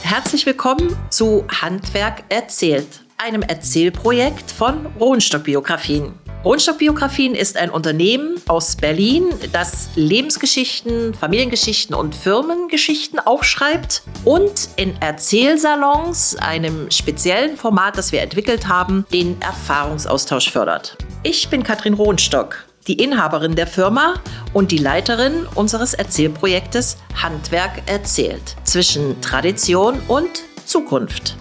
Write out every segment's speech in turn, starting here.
Herzlich willkommen zu Handwerk erzählt, einem Erzählprojekt von Rohnstock-Biografien. Rohnstock-Biografien ist ein Unternehmen aus Berlin, das Lebensgeschichten, Familiengeschichten und Firmengeschichten aufschreibt und in Erzählsalons, einem speziellen Format, das wir entwickelt haben, den Erfahrungsaustausch fördert. Ich bin Katrin Rohnstock, die Inhaberin der Firma und die Leiterin unseres Erzählprojektes Handwerk erzählt, zwischen Tradition und Zukunft.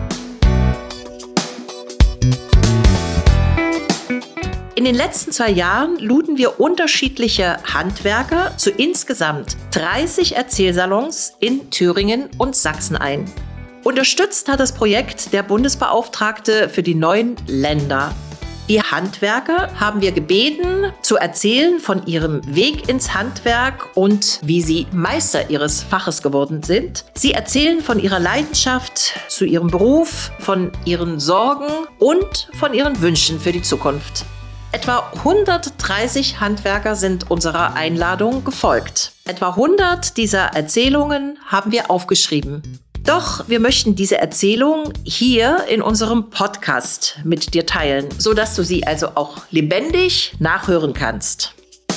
In den letzten 2 Jahren luden wir unterschiedliche Handwerker zu insgesamt 30 Erzählsalons in Thüringen und Sachsen ein. Unterstützt hat das Projekt der Bundesbeauftragte für die neuen Länder. Die Handwerker haben wir gebeten, zu erzählen von ihrem Weg ins Handwerk und wie sie Meister ihres Faches geworden sind. Sie erzählen von ihrer Leidenschaft zu ihrem Beruf, von ihren Sorgen und von ihren Wünschen für die Zukunft. Etwa 130 Handwerker sind unserer Einladung gefolgt. Etwa 100 dieser Erzählungen haben wir aufgeschrieben. Doch wir möchten diese Erzählung hier in unserem Podcast mit dir teilen, sodass du sie also auch lebendig nachhören kannst.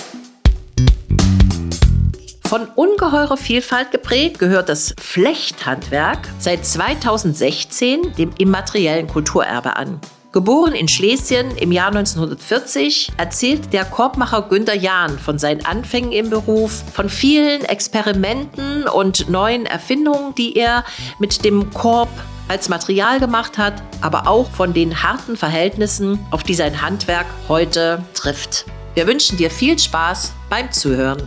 Von ungeheurer Vielfalt geprägt gehört das Flechthandwerk seit 2016 dem immateriellen Kulturerbe an. Geboren in Schlesien im Jahr 1940, erzählt der Korbmacher Günter Jahn von seinen Anfängen im Beruf, von vielen Experimenten und neuen Erfindungen, die er mit dem Korb als Material gemacht hat, aber auch von den harten Verhältnissen, auf die sein Handwerk heute trifft. Wir wünschen dir viel Spaß beim Zuhören.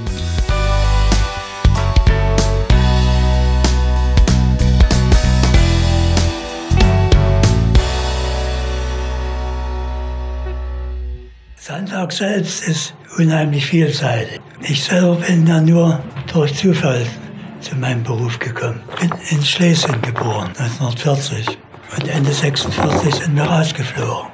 Das Handwerk selbst ist unheimlich vielseitig. Ich selber bin ja nur durch Zufall zu meinem Beruf gekommen. Bin in Schlesien geboren, 1940. Und Ende 1946 sind wir rausgeflogen.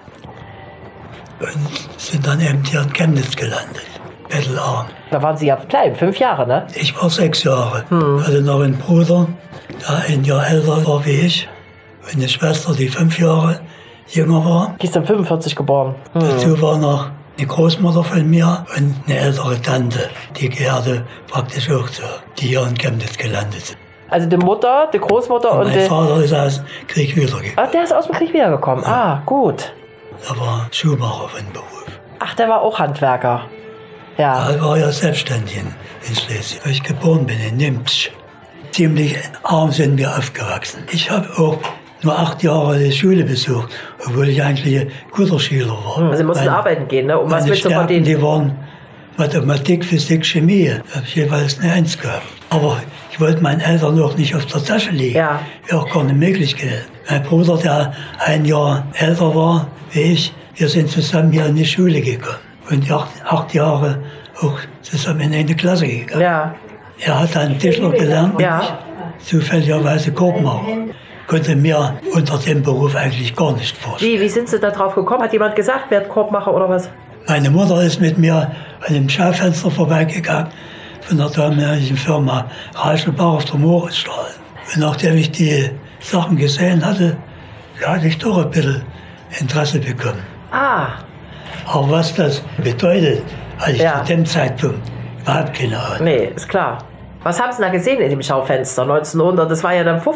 Und sind dann eben hier in Chemnitz gelandet, bettelarm. Da waren Sie ja klein, 5 Jahre, ne? Ich war 6 Jahre. Hatte noch einen Bruder, der 1 Jahr älter war wie ich. Und eine Schwester, die 5 Jahre jünger war. Die ist dann 45 geboren. Dazu war noch eine Großmutter von mir und eine ältere Tante, die gehörte praktisch auch zu, die hier in Chemnitz gelandet sind. Also die Mutter, die Großmutter und mein Vater ist aus dem Krieg wiedergekommen. Ach, der ist aus dem Krieg wiedergekommen. Ja. Ah, gut. Er war Schuhmacher von Beruf. Ach, der war auch Handwerker. Ja. Er war ja selbstständig in Schlesien. Als ich geboren bin in Nimptsch. Ziemlich arm sind wir aufgewachsen. Ich habe auch nur 8 Jahre die Schule besucht, obwohl ich eigentlich ein guter Schüler war. Also Sie mussten arbeiten gehen, ne? Um was mit zu verdienen? Die waren Mathematik, Physik, Chemie. Da habe ich jeweils eine 1 gehabt. Aber ich wollte meinen Eltern auch nicht auf der Tasche liegen. Ja. Wäre auch gar nicht möglich gewesen. Mein Bruder, der 1 Jahr älter war wie ich, wir sind zusammen hier in die Schule gekommen. Und 8 Jahre auch zusammen in eine Klasse gegangen. Ja. Er hat einen Tischler gelernt, ja. Ich zufälligerweise Korbmacher. Konnte mir unter dem Beruf eigentlich gar nicht vorstellen. Wie sind Sie da drauf gekommen? Hat jemand gesagt, wer Korbmacher oder was? Meine Mutter ist mit mir an dem Schaufenster vorbeigegangen von der damaligen Firma Reichelbach auf der Moritzstraße. Und nachdem ich die Sachen gesehen hatte, hatte ich doch ein bisschen Interesse bekommen. Ah. Aber was das bedeutet, hatte ich zu dem Zeitpunkt überhaupt keine Ahnung. Nee, ist klar. Was haben Sie da gesehen in dem Schaufenster 1900? Das war ja dann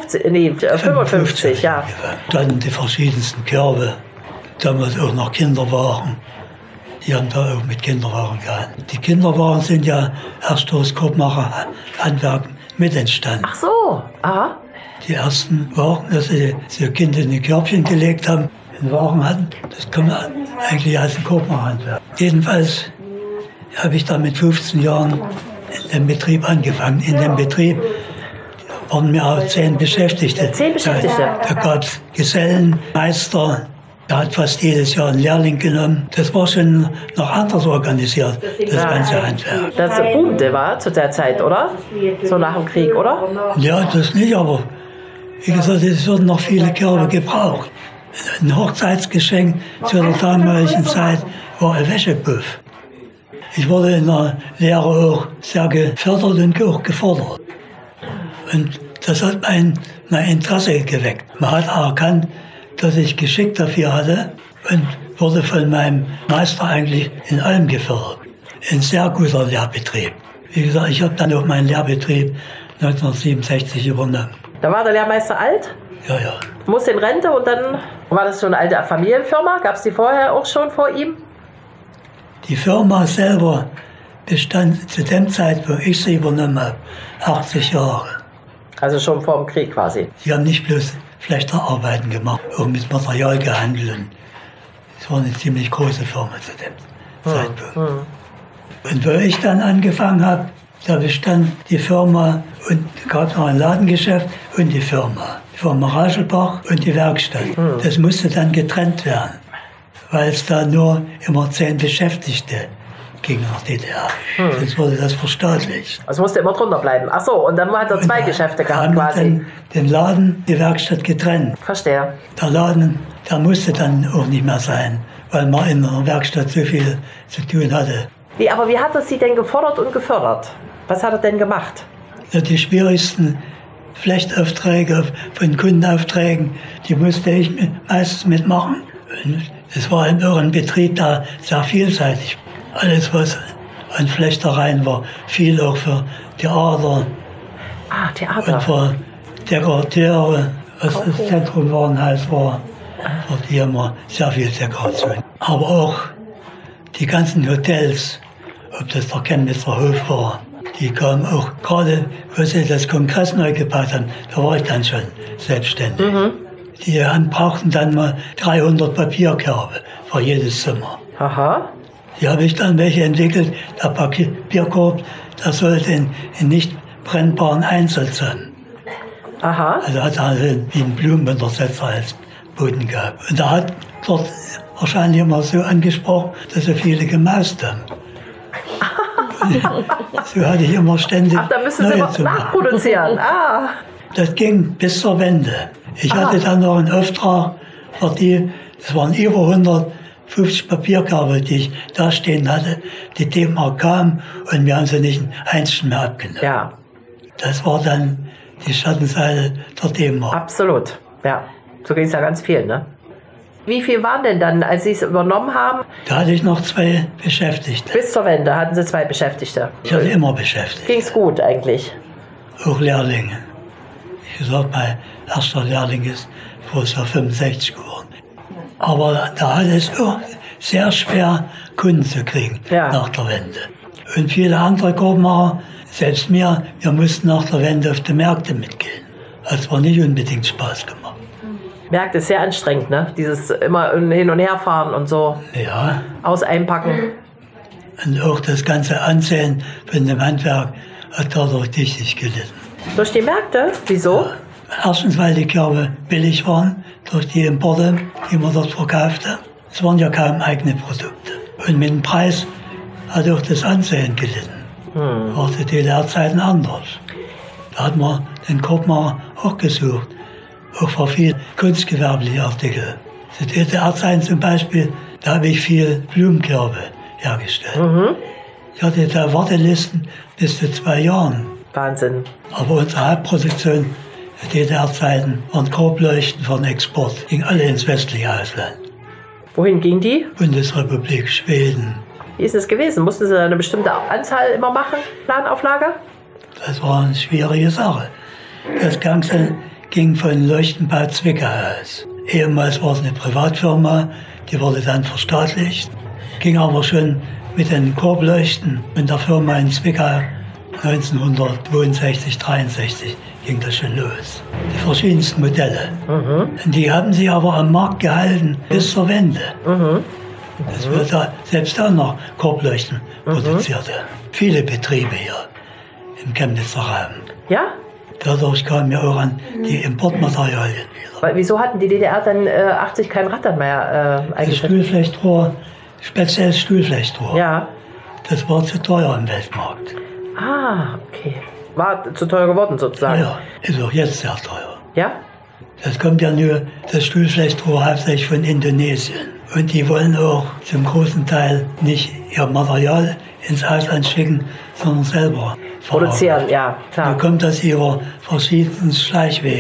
55, ja. Dann die verschiedensten Körbe, damals auch noch Kinderwaren. Die haben da auch mit Kinderwaren gehandelt. Die Kinderwaren sind ja erst durch das Korbmacherhandwerk mit entstanden. Ach so, aha. Die ersten Waren, dass sie Kinder in die Körbchen gelegt haben, in Waren hatten, das kommt eigentlich aus dem Korbmacherhandwerk. Jedenfalls habe ich da mit 15 Jahren in dem Betrieb angefangen. In dem Betrieb waren wir auch 10 Beschäftigte. 10 Beschäftigte? Da gab es Gesellen, Meister. Er hat fast jedes Jahr einen Lehrling genommen. Das war schon noch anders organisiert, das ganze Handwerk. Das boomte war zu der Zeit, oder? So nach dem Krieg, oder? Ja, das nicht, aber wie gesagt, es wurden noch viele Körbe gebraucht. Ein Hochzeitsgeschenk zu der damaligen Zeit war ein Wäschepuff. Ich wurde in der Lehre auch sehr gefördert und auch gefordert. Und das hat mein mein Interesse geweckt. Man hat erkannt, dass ich Geschick dafür hatte und wurde von meinem Meister eigentlich in allem gefördert. Ein sehr guter Lehrbetrieb. Wie gesagt, ich habe dann auch meinen Lehrbetrieb 1967 übernommen. Da war der Lehrmeister alt? Ja, ja. Musste in Rente und dann war das schon eine alte Familienfirma? Gab es die vorher auch schon vor ihm? Die Firma selber bestand zu dem Zeitpunkt, wo ich sie übernommen habe, 80 Jahre. Also schon vor dem Krieg quasi? Sie haben nicht bloß Flechterarbeiten gemacht, auch mit Material gehandelt. Es war eine ziemlich große Firma zu dem Zeitpunkt. Und wo ich dann angefangen habe, da bestand die Firma und gab noch ein Ladengeschäft und die Firma. Die Firma Raschelbach und die Werkstatt. Das musste dann getrennt werden, weil es da nur immer 10 Beschäftigte ging nach DDR. Sonst wurde das verstaatlicht. Also musste immer drunter bleiben. Ach so, und dann hat er 2 Geschäfte gehabt quasi. Dann den Laden, die Werkstatt getrennt. Verstehe. Der Laden, der musste dann auch nicht mehr sein, weil man in der Werkstatt so viel zu tun hatte. Aber wie hat er Sie denn gefordert und gefördert? Was hat er denn gemacht? Ja, die schwierigsten Flechtaufträge von Kundenaufträgen, die musste ich meistens mitmachen. Es war auch ein Betrieb, der sehr vielseitig. Alles, was an Flechtereien war, viel auch für Theater. Ah, Theater. Und für Dekorateure, was das Zentrumwarenhaus war. Dort hier immer sehr viel Dekoration. Aber auch die ganzen Hotels, ob das der Chemnitzer Hof war, die kamen auch gerade, wo sie das Kongress neu gebaut haben, da war ich dann schon selbstständig. Die brauchten dann mal 300 Papierkörbe für jedes Zimmer. Aha. Die habe ich dann welche entwickelt. Der Papierkorb, der sollte in nicht brennbaren Einsatz sein. Aha. Also hat er wie einen Blumenuntersetzer als Boden gehabt. Und er hat dort wahrscheinlich immer so angesprochen, dass so viele gemaust haben. So hatte ich immer ständig. Ach, da müssen Sie was nachproduzieren. Ah. Das ging bis zur Wende. Ich hatte dann noch einen Auftrag für die, das waren über 150 Papierkörbe, die ich da stehen hatte. Die D-Mark kam und wir haben sie nicht einzeln mehr abgenommen. Ja. Das war dann die Schattenseite der D-Mark. Absolut, ja. So ging es ja ganz viel, ne? Wie viel waren denn dann, als Sie es übernommen haben? Da hatte ich noch 2 Beschäftigte. Bis zur Wende hatten Sie 2 Beschäftigte? Ich hatte immer Beschäftigte. Ging's gut eigentlich? Auch Lehrlinge. Ich gesagt, mein erster Lehrling ist vor 65 geworden. Aber da hat es auch sehr schwer, Kunden zu kriegen nach der Wende. Und viele andere Korbmacher, selbst wir mussten nach der Wende auf die Märkte mitgehen. Das war nicht unbedingt Spaß gemacht. Märkte ist sehr anstrengend, ne? Dieses immer hin und her fahren und so. Ja. Einpacken. Und auch das ganze Ansehen von dem Handwerk hat dadurch richtig gelitten. Durch die Märkte? Wieso? Ja. Erstens, weil die Körbe billig waren, durch die Importe, die man dort verkaufte. Es waren ja kaum eigene Produkte. Und mit dem Preis hat auch das Ansehen gelitten. War zu DDR-Zeiten anders. Da hat man den Korbmacher auch gesucht. Auch für viele kunstgewerbliche Artikel. Zu DDR-Zeiten zum Beispiel, da habe ich viel Blumenkörbe hergestellt. Ich hatte da Wartelisten bis zu 2 Jahren. Wahnsinn. Aber unsere Hauptproduktion zu DDR-Zeiten waren Korbleuchten für den Export. Gingen alle ins westliche Ausland. Wohin ging die? Bundesrepublik, Schweden. Wie ist es gewesen? Mussten Sie eine bestimmte Anzahl immer machen, Planauflage? Das war eine schwierige Sache. Das Ganze ging von Leuchtenbau Zwickau aus. Ehemals war es eine Privatfirma, die wurde dann verstaatlicht. Ging aber schon mit den Korbleuchten in der Firma in Zwickau 1962, 63 ging das schon los. Die verschiedensten Modelle. Und die haben sich aber am Markt gehalten bis zur Wende. Es wird da selbst auch noch Korbleuchten produziert. Viele Betriebe hier im Chemnitzer Raum. Ja? Dadurch kamen wir auch an die Importmaterialien wieder. Weil, wieso hatten die DDR dann 80 kein Rad dann mehr eingeschaltet? Stuhlflechtrohr, spezielles Stuhlflechtrohr. Ja. Das war zu teuer im Weltmarkt. Ah, okay. War zu teuer geworden sozusagen? Ja, ist auch jetzt sehr teuer. Ja? Das kommt ja nur, das Stuhlflechtrohr hauptsächlich von Indonesien. Und die wollen auch zum großen Teil nicht ihr Material ins Ausland schicken, sondern selber produzieren, ja, klar. Da kommt das über verschiedene Schleichwege.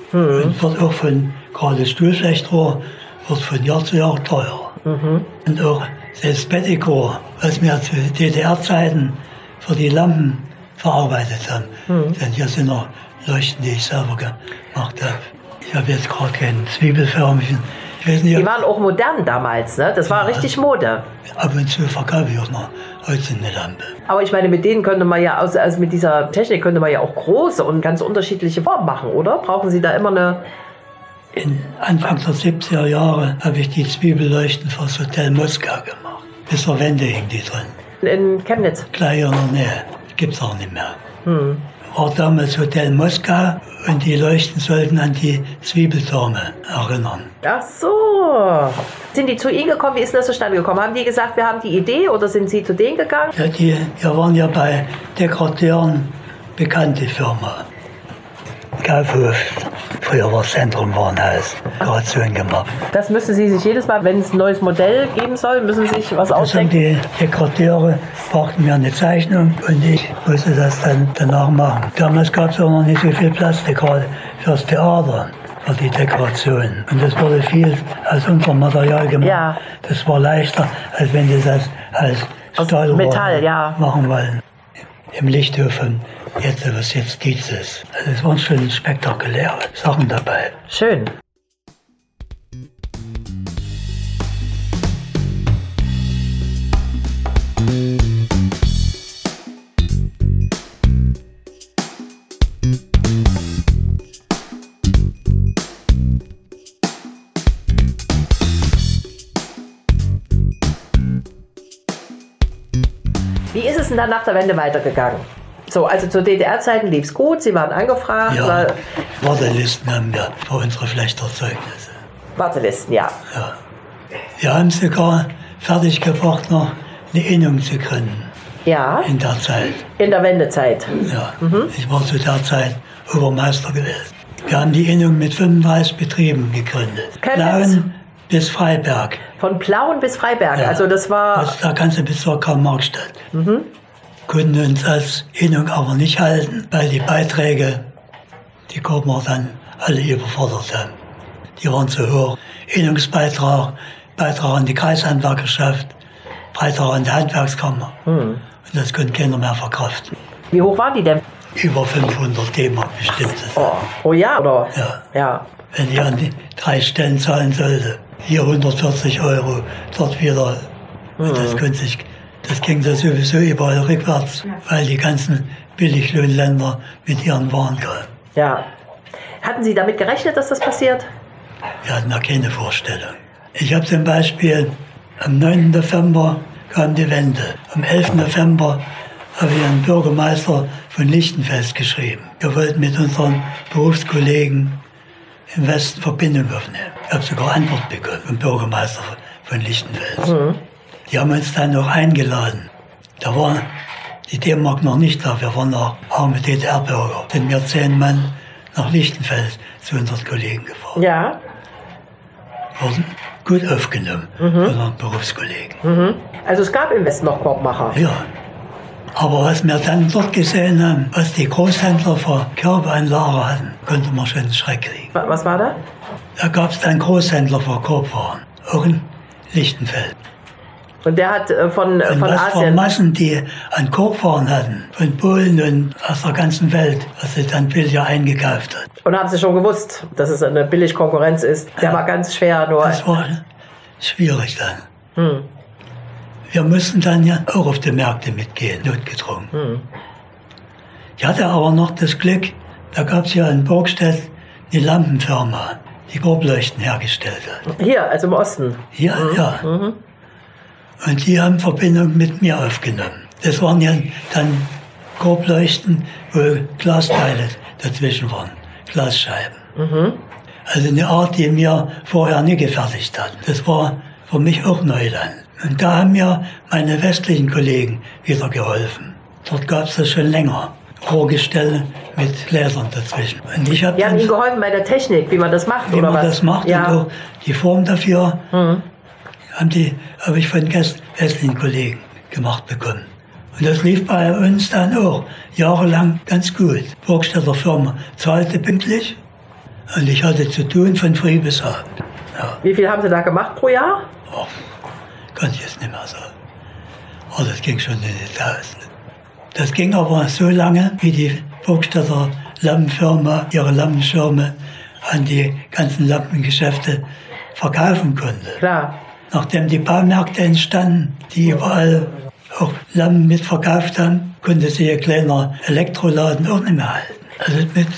Und wird auch gerade Stuhlflechtrohr, wird von Jahr zu Jahr teurer. Und auch das Bettigrohr, was wir zu DDR-Zeiten für die Lampen verarbeitet haben. Denn hier sind noch Leuchten, die ich selber gemacht habe. Ich habe jetzt gerade keinen zwiebelförmigen. Ich weiß nicht, die waren auch modern damals, ne? Das war richtig Mode. Ab und zu verkaufe ich auch noch heute eine Lampe. Aber ich meine, mit denen könnte man ja, also mit dieser Technik könnte man ja auch große und ganz unterschiedliche Formen machen, oder? Brauchen Sie da immer eine... Anfang der 70er Jahre habe ich die Zwiebelleuchten für das Hotel Moskau gemacht. Bis zur Wende hing die drin. In Chemnitz? Gleich in der Nähe. Gibt's auch nicht mehr. War damals Hotel Moskau und die Leuchten sollten an die Zwiebeltürme erinnern. Ach so. Sind die zu Ihnen gekommen? Wie ist das zustande gekommen? Haben die gesagt, wir haben die Idee oder sind Sie zu denen gegangen? Ja, wir waren ja bei Dekorateuren bekannte Firma. Kaufhof. Früher war das Zentrum Warenhaus. Dekoration gemacht. Das müssen Sie sich jedes Mal, wenn es ein neues Modell geben soll, müssen Sie sich was ausdenken? Die Dekorateure brachten mir eine Zeichnung und ich musste das dann danach machen. Damals gab es auch noch nicht so viel Plastik, gerade fürs Theater, für die Dekoration. Und das wurde viel aus unserem Material gemacht. Ja. Das war leichter, als wenn Sie das als Stahlrohr Metall, ja, machen wollen. Im Lichthof von was jetzt Dietz ist. Also es waren schon spektakuläre Sachen dabei. Schön. Wie ist es denn dann nach der Wende weitergegangen? So, also zu DDR-Zeiten lief es gut, Sie waren angefragt. Ja, Wartelisten haben wir für unsere Flechterzeugnisse. Wartelisten, ja. Wir haben sogar fertig gebracht, noch eine Innung zu gründen. Ja. In der Zeit. In der Wendezeit. Ja. Ich war zu der Zeit Obermeister gewesen. Wir haben die Innung mit 35 Betrieben gegründet. Plauen bis Freiberg. Von Plauen bis Freiberg, ja. Also das war... Das ist der ganze Bezirk Karl-Marx-Stadt. Konnten uns als Innung aber nicht halten, weil die Beiträge, die konnten wir dann alle überfordert haben. Die waren zu hoch. Innungsbeitrag, Beitrag an die Kreishandwerkerschaft, Beitrag an die Handwerkskammer. Und das konnte keiner mehr verkraften. Wie hoch waren die denn? Über 500 D-Mark bestimmt. Oh ja, oder? Ja. Wenn ich an die 3 Stellen zahlen sollte, hier 140 €, dort wieder. Und das ging da sowieso überall rückwärts, weil die ganzen Billiglohnländer mit ihren Waren kamen. Ja. Hatten Sie damit gerechnet, dass das passiert? Wir hatten da keine Vorstellung. Ich habe zum Beispiel am 9. November kam die Wende. Am 11. November habe ich einen Bürgermeister von Lichtenfels geschrieben. Wir wollten mit unseren Berufskollegen im Westen Verbindung aufnehmen. Ich habe sogar Antwort bekommen vom Bürgermeister von Lichtenfels. Die haben uns dann noch eingeladen. Da war die D-Mark noch nicht da. Wir waren noch arme DDR-Bürger. Sind wir 10 Mann nach Lichtenfels zu unseren Kollegen gefahren. Ja. Wurden gut aufgenommen von unseren Berufskollegen. Also es gab im Westen noch Korbmacher. Ja. Aber was wir dann dort gesehen haben, was die Großhändler für Körbeanlagen hatten, konnte man schon einen Schreck kriegen. Was war da? Da gab es dann Großhändler für Korbwaren, auch in Lichtenfeld. Und der hat von was Asien... für Massen die an Korbwaren hatten, von Polen und aus der ganzen Welt, was sie dann billiger eingekauft hat. Und haben Sie schon gewusst, dass es eine Billigkonkurrenz ist? Der war ganz schwer, nur... Das war schwierig dann. Wir mussten dann ja auch auf die Märkte mitgehen, notgedrungen. Ich hatte aber noch das Glück, da gab es ja in Burgstedt eine Lampenfirma, die Korbleuchten hergestellt hat. Hier, also im Osten? Ja, ja. Und die haben Verbindung mit mir aufgenommen. Das waren ja dann Korbleuchten, wo Glasteile dazwischen waren, Glasscheiben. Also eine Art, die wir vorher nie gefertigt hatten. Das war für mich auch Neuland. Und da haben mir meine westlichen Kollegen wieder geholfen. Dort gab es das schon länger. Rohrgestelle mit Gläsern dazwischen. Und ich haben Ihnen geholfen bei der Technik, wie man das macht, oder was? Wie man das macht, ja. Und auch die Form dafür habe ich von westlichen Kollegen gemacht bekommen. Und das lief bei uns dann auch jahrelang ganz gut. Burgstädter Firma zahlte pünktlich, Und ich hatte zu tun von früh bis abend. Ja. Wie viel haben Sie da gemacht pro Jahr? Oh, kann ich jetzt nicht mehr sagen. Oh, das ging schon in die Tausende. Das ging aber so lange, wie die Burgstädter Lampenfirma ihre Lampenschirme an die ganzen Lampengeschäfte verkaufen konnte. Klar. Nachdem die Baumärkte entstanden, die überall auch Lampen mitverkauft haben, konnte sich ein kleiner Elektroladen auch nicht mehr halten. Also mit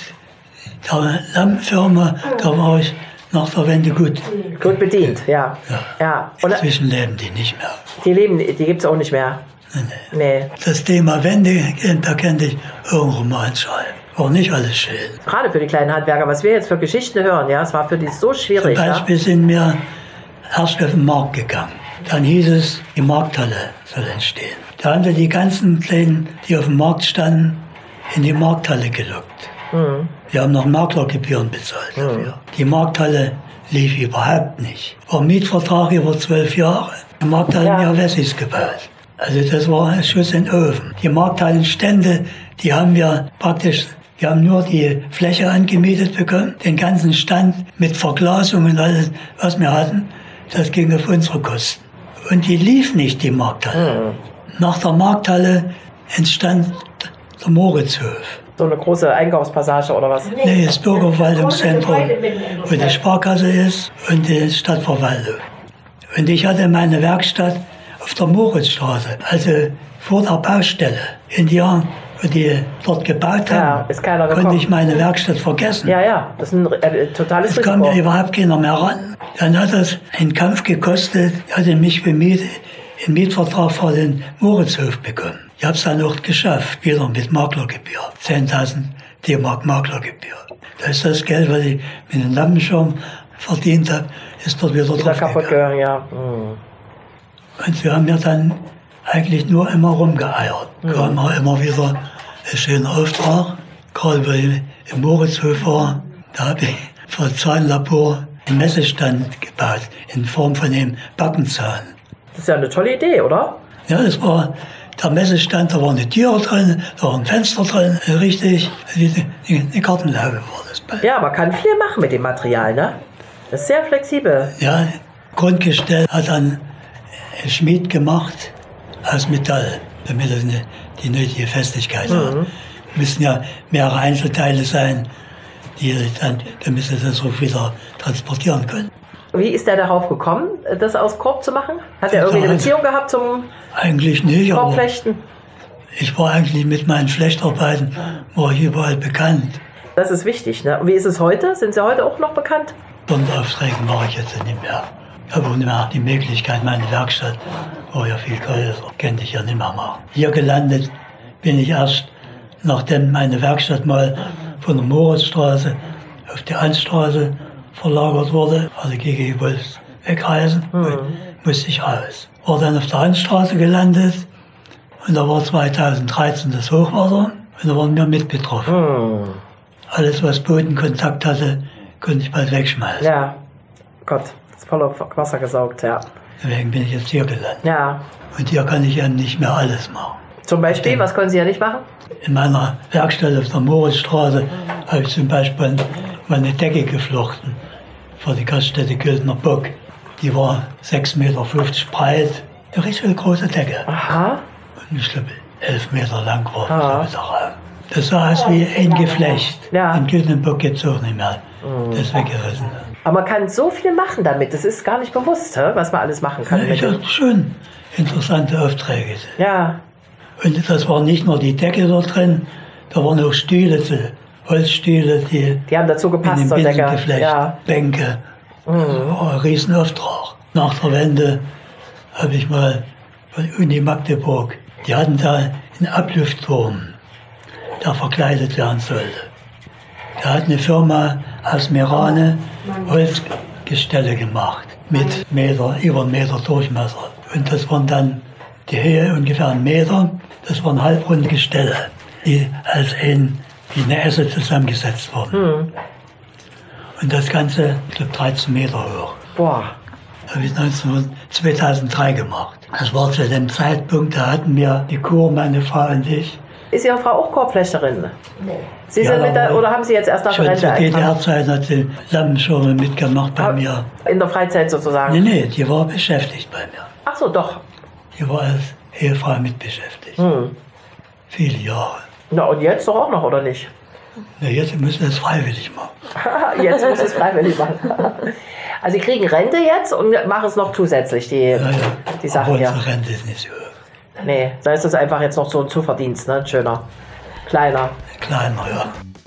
der Lampenfirma, da war ich nach der Wende gut bedient, ja. Ja. Und inzwischen leben die nicht mehr. Die gibt es auch nicht mehr. Nee. Das Thema Wende, da könnte ich irgendeinen Roman schreiben. War nicht alles schön. Gerade für die kleinen Handwerker, was wir jetzt für Geschichten hören, ja, es war für die so schwierig. Zum Beispiel sind wir erst auf den Markt gegangen. Dann hieß es, die Markthalle soll entstehen. Da haben wir die ganzen Kleinen, die auf dem Markt standen, in die Markthalle gelockt. Mhm. Wir haben noch Maklergebühren bezahlt dafür. Die Markthalle lief überhaupt nicht. War ein Mietvertrag über 12 Jahre. Die Markthalle haben ja Wessis gebaut. Also das war ein Schuss in den Ofen. Die Markthallenstände, die haben wir praktisch, wir haben nur die Fläche angemietet bekommen, den ganzen Stand mit Verglasung und alles, was wir hatten, das ging auf unsere Kosten. Und die lief nicht, die Markthalle. Nach der Markthalle entstand der Moritzhof. So eine große Einkaufspassage oder was? Nee, das Bürgerverwaltungszentrum, wo die Sparkasse ist und die Stadtverwaltung. Und ich hatte meine Werkstatt auf der Moritzstraße, also vor der Baustelle. In den Jahren, wo die dort gebaut haben, konnte ich meine Werkstatt vergessen. Ja, das ist ein totales Risiko. Es kam ja überhaupt keiner mehr ran. Dann hat das einen Kampf gekostet. Ich hatte mich bemietet, einen Mietvertrag vor den Moritzhof bekommen. Ich habe es dann auch geschafft, wieder mit Maklergebühr. 10.000 D-Mark Maklergebühr. Das ist das Geld, was ich mit dem Lampenschirm verdient habe, ist dort wieder drauf kaputt gegangen, ja. Und wir haben ja dann eigentlich nur immer rumgeeiert. Kam auch immer wieder ein schöner Auftrag. Gerade weil ich im Moritzhof war, da habe ich für das Zahnlabor einen Messestand gebaut, in Form von einem Backenzahn. Das ist ja eine tolle Idee, oder? Ja, das war der Messestand, da war eine Tür drin, da war ein Fenster drin, richtig, eine Gartenlaube war das. Ja, man kann viel machen mit dem Material, ne? Das ist sehr flexibel. Ja, Grundgestell hat dann ein Schmied gemacht aus Metall, damit es die nötige Festigkeit hat. Müssen ja mehrere Einzelteile sein, damit sie das auch wieder transportieren können. Wie ist der darauf gekommen, das aus Korb zu machen? Hat er irgendwie eine Beziehung gehabt zum eigentlich nicht, Korbflechten? Ich war eigentlich mit meinen Flechtarbeiten war ich überall bekannt. Das ist wichtig, ne? Und wie ist es heute? Sind Sie heute auch noch bekannt? Sonderaufträge mache ich jetzt nicht mehr. Ich habe auch nicht mehr die Möglichkeit, meine Werkstatt war ja viel größer, könnte ich ja nicht mehr machen. Hier gelandet bin ich erst, nachdem meine Werkstatt mal von der Moritzstraße auf die Anstraße verlagert wurde, also gegen die Wolfs wegreisen, musste ich raus. War dann auf der Anstraße gelandet und da war 2013 das Hochwasser und da waren wir mit betroffen. Alles, was Bodenkontakt hatte, konnte ich bald wegschmeißen. Ja, Gott, das voller Wasser gesaugt, ja. Deswegen bin ich jetzt hier gelandet. Ja. Und hier kann ich ja nicht mehr alles machen. Zum Beispiel, was können Sie ja nicht machen? In meiner Werkstatt auf der Moritzstraße habe ich zum Beispiel meine Decke geflochten für die Gaststätte Güldener Bock. Die war 6,50 Meter breit, eine richtig große Decke. Aha. Und ich glaube 11 Meter lang war der Raum. Das sah aus wie ein Geflecht. Ja. In Güldener Bock gibt es auch nicht mehr. Das ist weggerissen. Aber man kann so viel machen damit, das ist gar nicht bewusst, was man alles machen kann. Ja, ich hatte schon interessante Aufträge. Ja. Und das war nicht nur die Decke dort drin, da waren auch Stühle, Holzstühle, die haben dazu gepasst zur Decke. Ja. Bänke. Das war ein Riesenauftrag. Nach der Wende habe ich mal von Uni Magdeburg, die hatten da einen Ablüftturm, der verkleidet werden sollte. Da hat eine Firma aus Merane Holzgestelle gemacht mit über 1 Meter Durchmesser. Und das waren dann die Höhe ungefähr 1 Meter. Das waren halbrunde Gestelle, die als wie eine Esse zusammengesetzt wurden. Und das Ganze, ich glaube, 13 Meter hoch. Boah. Das habe ich 2003 gemacht. Das war zu dem Zeitpunkt, da hatten wir die Kur, meine Frau und ich, Ist Ihre Frau auch Korbflechterin? Nee. Sie sind oder haben Sie jetzt erst nach der Rente angefangen? Schon zur DDR-Zeit hat sie Lampenschirme mitgemacht bei mir. In der Freizeit sozusagen? Nee, die war beschäftigt bei mir. Ach so, doch. Die war als Ehefrau mitbeschäftigt. Viele Jahre. Na und jetzt doch auch noch, oder nicht? Na, jetzt müssen wir es freiwillig machen. Jetzt muss es freiwillig machen. Also Sie kriegen Rente jetzt und machen es noch zusätzlich, die Sachen hier. Unsere Rente ist nicht so hoch. Nee, da ist das einfach jetzt noch so ein Zuverdienst, ne? Ein schöner. Kleiner. Kleiner, ja.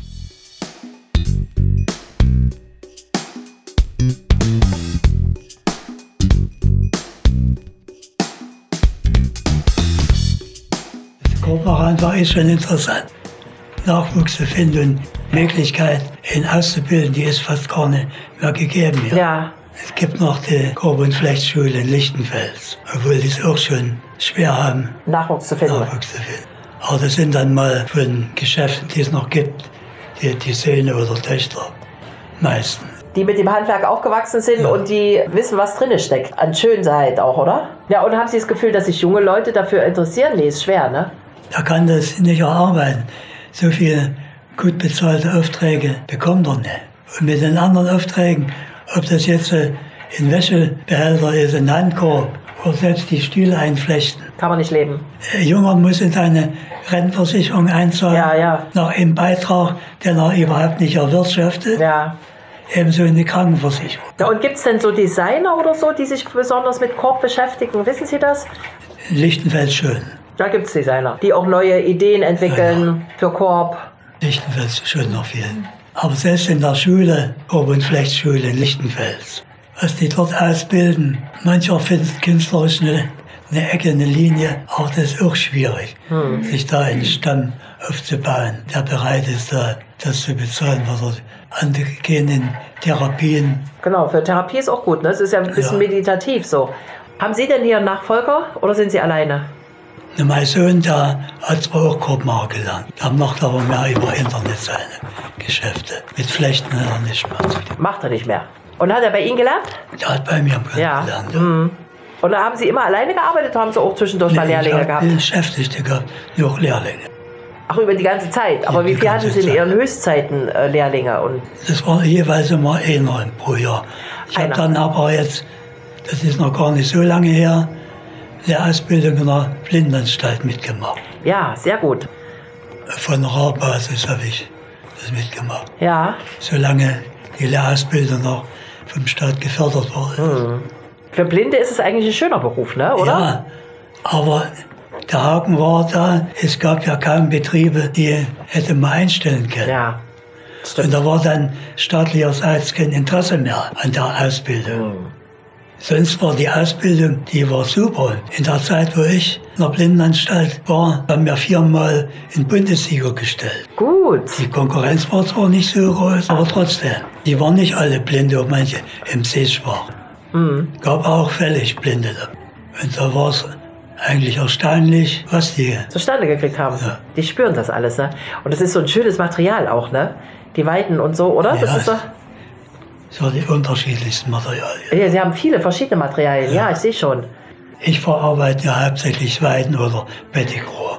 Das Korbverein war schon interessant. Nachwuchs zu finden und Möglichkeit, ihn auszubilden, die ist fast gar nicht mehr gegeben hier. Ja. Es gibt noch die Korb- und Flechtschule in Lichtenfels, obwohl die es auch schon schwer haben, Nachwuchs zu finden. Aber das sind dann mal von Geschäften, die es noch gibt, die Söhne oder Töchter meistens. Die mit dem Handwerk aufgewachsen sind und die wissen, was drin steckt. An Schönheit auch, oder? Ja, und haben Sie das Gefühl, dass sich junge Leute dafür interessieren? Nee, ist schwer, ne? Da kann das nicht erarbeiten. So viele gut bezahlte Aufträge bekommt er nicht. Und mit den anderen Aufträgen, ob das jetzt in Wäschebehälter ist, ein Handkorb oder selbst die Stühle einflechten. Kann man nicht leben. Junger muss in seine Rentenversicherung einzahlen, nach einem Beitrag, den er überhaupt nicht erwirtschaftet. Ja. Ebenso in die Krankenversicherung. Ja, und gibt es denn so Designer oder so, die sich besonders mit Korb beschäftigen? Wissen Sie das? In Lichtenfels schon. Da gibt es Designer, die auch neue Ideen entwickeln für Korb. Lichtenfels schon noch viel. Aber selbst in der Schule, Korb- und Flechtschule in Lichtenfels, was die dort ausbilden, mancher findet künstlerisch eine Ecke, eine Linie, aber das ist auch schwierig, sich da einen Stamm aufzubauen, der bereit ist, das zu bezahlen, was er andere gehen in Therapien. Genau, für Therapie ist auch gut, ne? Es ist ja ein bisschen meditativ so. Haben Sie denn hier einen Nachfolger oder sind Sie alleine? Mein Sohn, der hat zwar auch Korbmacher gelernt, der macht aber mehr über Internet seine Geschäfte. Mit Flechten hat er nicht mehr. Macht er nicht mehr. Und hat er bei Ihnen gelernt? Der hat bei mir gelernt, ja. Und da haben Sie immer alleine gearbeitet oder haben Sie auch zwischendurch mal Lehrlinge gehabt? Beschäftigte gehabt, nur auch Lehrlinge. Ach, über die ganze Zeit? Aber wie viel hatten Sie in Ihren Höchstzeiten Lehrlinge? Und das war jeweils immer einer pro Jahr. Ich habe dann aber jetzt, das ist noch gar nicht so lange her, eine Ausbildung in der Blindenanstalt mitgemacht. Ja, sehr gut. Von der Rahrbasis habe ich das mitgemacht. Ja. Solange die Lehrausbildung noch vom Staat gefördert wurde. Für Blinde ist es eigentlich ein schöner Beruf, ne? Oder? Ja, aber der Haken war da, es gab ja kaum Betriebe, die hätte man einstellen können. Ja, stimmt. Und da war dann staatlicherseits kein Interesse mehr an der Ausbildung. Sonst war die Ausbildung, die war super. In der Zeit, wo ich in der Blindenanstalt war, haben wir 4-mal in Bundessieger gestellt. Gut. Die Konkurrenz war zwar nicht so groß, aber trotzdem. Die waren nicht alle Blinde, auch manche im Sehschwach. Gab auch völlig Blinde. Und da war es eigentlich erstaunlich, was die zustande gekriegt haben. Ja. Die spüren das alles, ne? Und das ist so ein schönes Material auch, ne? Die Weiden und so, oder? Ja, das ist doch so die unterschiedlichsten Materialien. Ja, Sie haben viele verschiedene Materialien, ja ich sehe schon. Ich verarbeite ja hauptsächlich Weiden oder Bettigrohr.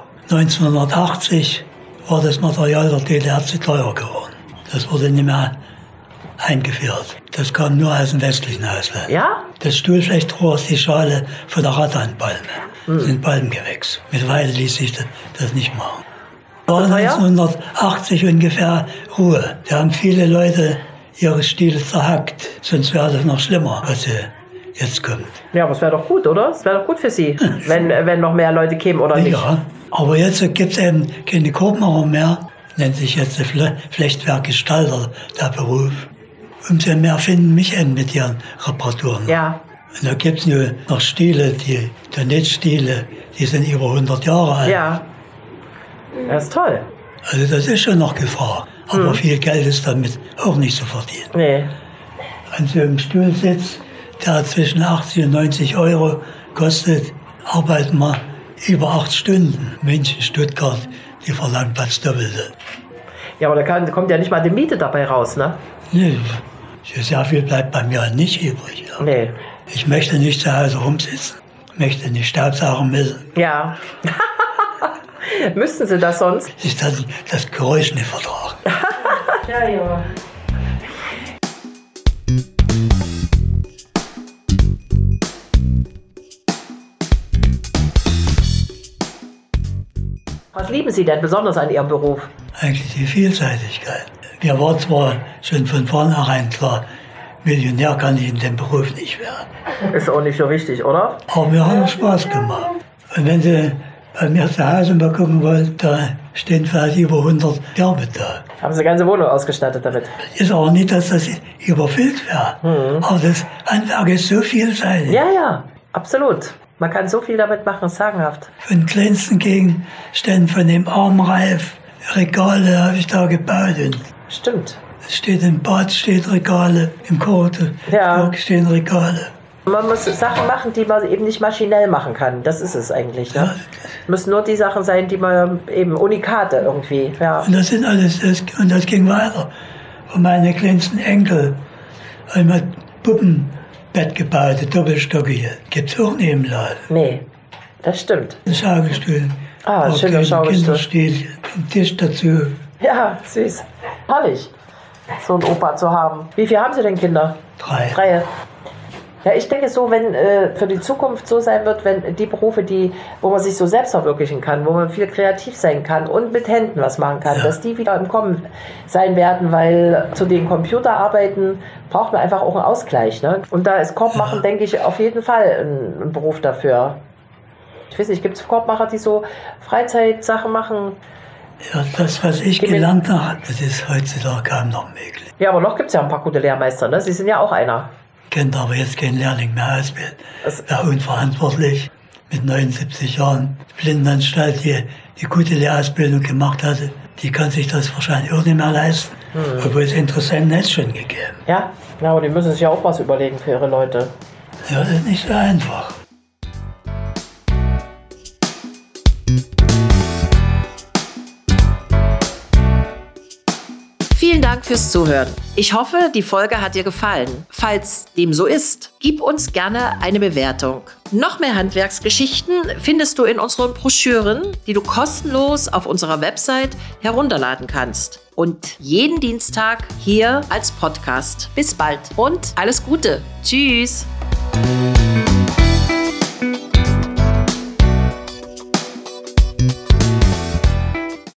1980 war das Material der DDR zu teuer geworden. Das wurde nicht mehr eingeführt. Das kam nur aus dem westlichen Ausland. Ja? Das Stuhlflechtrohr ist die Schale von der Rattanpalme. Das sind Palmgewächs. Mit Weide ließ sich das nicht machen. War 1980 ungefähr Ruhe. Da haben viele Leute ihre Stiele zerhackt. Sonst wäre das noch schlimmer, was jetzt kommt. Ja, aber es wäre doch gut, oder? Es wäre doch gut für Sie, wenn noch mehr Leute kämen, oder nicht? Ja, aber jetzt gibt es eben keine Korbmacher mehr. Nennt sich jetzt Flechtwerkgestalter, der Beruf. Umso mehr finden mich eben mit ihren Reparaturen. Ja. Und da gibt es nur noch Stiele, die Netzstiele, die sind über 100 Jahre alt. Ja. Das ist toll. Also das ist schon noch Gefahr. Aber viel Geld ist damit auch nicht zu verdienen. Nee. An so einem Stuhlsitz, der zwischen 80 und 90 Euro kostet, arbeiten wir über 8 Stunden. München, Stuttgart, die verlangt das Doppelte. Ja, aber da kommt ja nicht mal die Miete dabei raus, ne? Nee, sehr viel bleibt bei mir nicht übrig. Ja. Nee. Ich möchte nicht zu Hause rumsitzen. Ich möchte nicht Staubsaugen müssen. Ja. Müssten Sie das sonst? Ich kann das Geräusch nicht vertragen. Ja. Was lieben Sie denn besonders an Ihrem Beruf? Eigentlich die Vielseitigkeit. Mir war zwar schon von vornherein klar, Millionär kann ich in dem Beruf nicht werden. Ist auch nicht so wichtig, oder? Aber mir hat es Spaß gemacht. Und wenn Sie bei mir zu Hause mal gucken wollen, da stehen vielleicht über 100 Gerbe da. Haben Sie die ganze Wohnung ausgestattet damit? Ist auch nicht, dass das überfüllt wäre. Aber das Handwerk ist so vielseitig. Ja, absolut. Man kann so viel damit machen, sagenhaft. Von kleinsten Gegenständen, von dem Armreif, Regale habe ich da gebaut. Und stimmt. Es steht im Bad, steht Regale, im Korte stehen Regale. Man muss Sachen machen, die man eben nicht maschinell machen kann. Das ist es eigentlich. Ne? Ja. Müssen nur die Sachen sein, die man eben Unikate irgendwie. Ja. Und das sind alles, und das ging weiter. Und meine kleinsten Enkel einmal Puppenbett gebaut, doppelstockige. Gibt es auch nicht im Laden. Nee, das stimmt. Ein Schaukelstuhl. Ein schöner Schaukelstuhl. Kinderstiel, ein Tisch dazu. Ja, süß. Herrlich, so einen Opa zu haben. Wie viele haben Sie denn Kinder? 3. Ja, ich denke so, wenn für die Zukunft so sein wird, wenn die Berufe, wo man sich so selbst verwirklichen kann, wo man viel kreativ sein kann und mit Händen was machen kann, dass die wieder im Kommen sein werden, weil zu den Computerarbeiten braucht man einfach auch einen Ausgleich. Ne? Und da ist Korbmachen, denke ich, auf jeden Fall ein Beruf dafür. Ich weiß nicht, gibt es Korbmacher, die so Freizeitsachen machen? Ja, das, was ich gelernt habe, das ist heutzutage kaum noch möglich. Ja, aber noch gibt es ja ein paar gute Lehrmeister, ne? Sie sind ja auch einer. Könnte aber jetzt kein Lehrling mehr ausbilden. Wäre unverantwortlich. Mit 79 Jahren Blindenanstalt, die gute Lehrausbildung gemacht hatte, die kann sich das wahrscheinlich auch nicht mehr leisten. Obwohl es Interessenten hätte es schon gegeben. Ja, aber die müssen sich ja auch was überlegen für ihre Leute. Ja, das ist nicht so einfach. Vielen Dank fürs Zuhören. Ich hoffe, die Folge hat dir gefallen. Falls dem so ist, gib uns gerne eine Bewertung. Noch mehr Handwerksgeschichten findest du in unseren Broschüren, die du kostenlos auf unserer Website herunterladen kannst. Und jeden Dienstag hier als Podcast. Bis bald und alles Gute. Tschüss.